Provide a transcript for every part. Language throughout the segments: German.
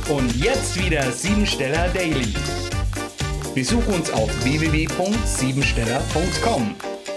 Und jetzt wieder Siebensteller Daily. Besuch uns auf www.siebensteller.com.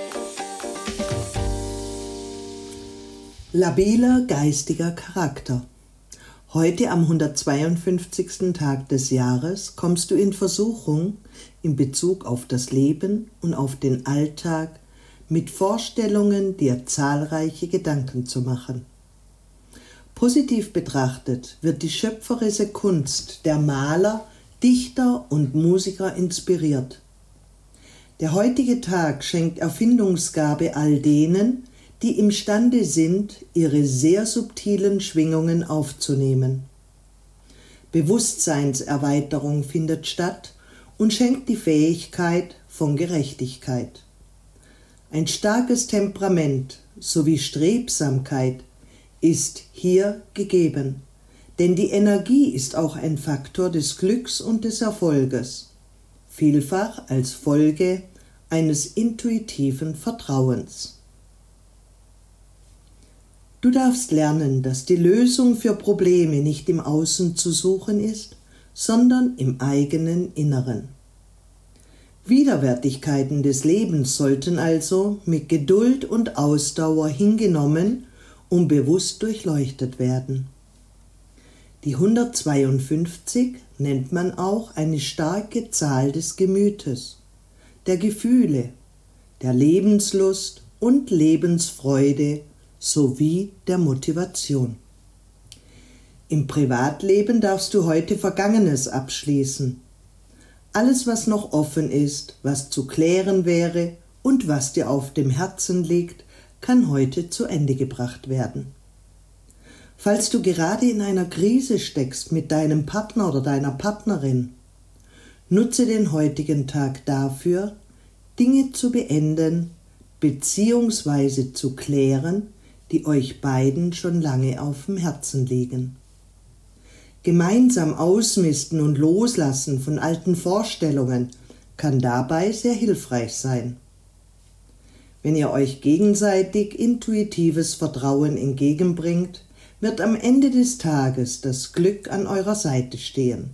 Labiler geistiger Charakter. Heute am 152. Tag des Jahres kommst du in Versuchung, in Bezug auf das Leben und auf den Alltag mit Vorstellungen dir zahlreiche Gedanken zu machen. Positiv betrachtet wird die schöpferische Kunst der Maler, Dichter und Musiker inspiriert. Der heutige Tag schenkt Erfindungsgabe all denen, die imstande sind, ihre sehr subtilen Schwingungen aufzunehmen. Bewusstseinserweiterung findet statt und schenkt die Fähigkeit von Gerechtigkeit. Ein starkes Temperament sowie Strebsamkeit ist hier gegeben, denn die Energie ist auch ein Faktor des Glücks und des Erfolges, vielfach als Folge eines intuitiven Vertrauens. Du darfst lernen, dass die Lösung für Probleme nicht im Außen zu suchen ist, sondern im eigenen Inneren. Widerwärtigkeiten des Lebens sollten also mit Geduld und Ausdauer hingenommen und bewusst durchleuchtet werden. Die 152 nennt man auch eine starke Zahl des Gemütes, der Gefühle, der Lebenslust und Lebensfreude sowie der Motivation. Im Privatleben darfst du heute Vergangenes abschließen. Alles, was noch offen ist, was zu klären wäre und was dir auf dem Herzen liegt, kann heute zu Ende gebracht werden. Falls du gerade in einer Krise steckst mit deinem Partner oder deiner Partnerin, nutze den heutigen Tag dafür, Dinge zu beenden bzw. zu klären, die euch beiden schon lange auf dem Herzen liegen. Gemeinsam ausmisten und loslassen von alten Vorstellungen kann dabei sehr hilfreich sein. Wenn ihr euch gegenseitig intuitives Vertrauen entgegenbringt, wird am Ende des Tages das Glück an eurer Seite stehen.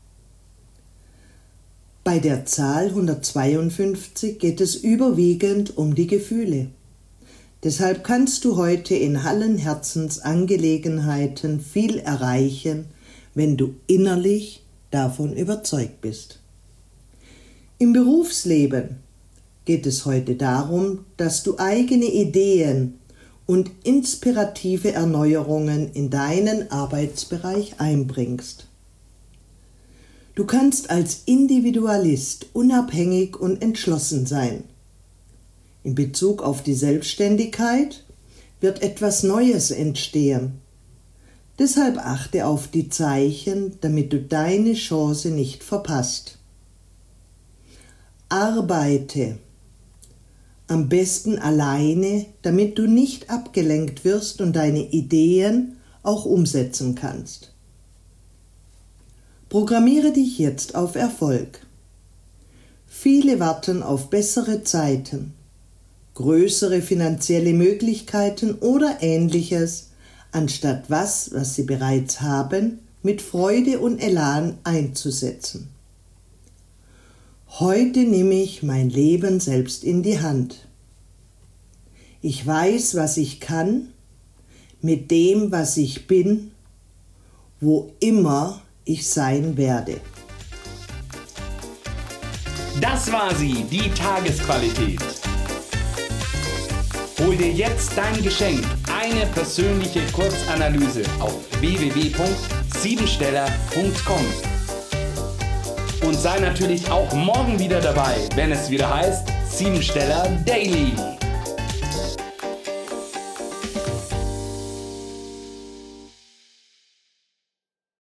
Bei der Zahl 152 geht es überwiegend um die Gefühle. Deshalb kannst du heute in allen Herzensangelegenheiten viel erreichen, wenn du innerlich davon überzeugt bist. Im Berufsleben geht es heute darum, dass du eigene Ideen und inspirative Erneuerungen in deinen Arbeitsbereich einbringst. Du kannst als Individualist unabhängig und entschlossen sein. In Bezug auf die Selbstständigkeit wird etwas Neues entstehen. Deshalb achte auf die Zeichen, damit du deine Chance nicht verpasst. Arbeite am besten alleine, damit du nicht abgelenkt wirst und deine Ideen auch umsetzen kannst. Programmiere dich jetzt auf Erfolg. Viele warten auf bessere Zeiten, größere finanzielle Möglichkeiten oder Ähnliches, anstatt was sie bereits haben, mit Freude und Elan einzusetzen. Heute nehme ich mein Leben selbst in die Hand. Ich weiß, was ich kann, mit dem, was ich bin, wo immer ich sein werde. Das war sie, die Tagesqualität. Hol dir jetzt dein Geschenk, eine persönliche Kurzanalyse auf www.siebensteller.com. Und sei natürlich auch morgen wieder dabei, wenn es wieder heißt Siebensteller Daily.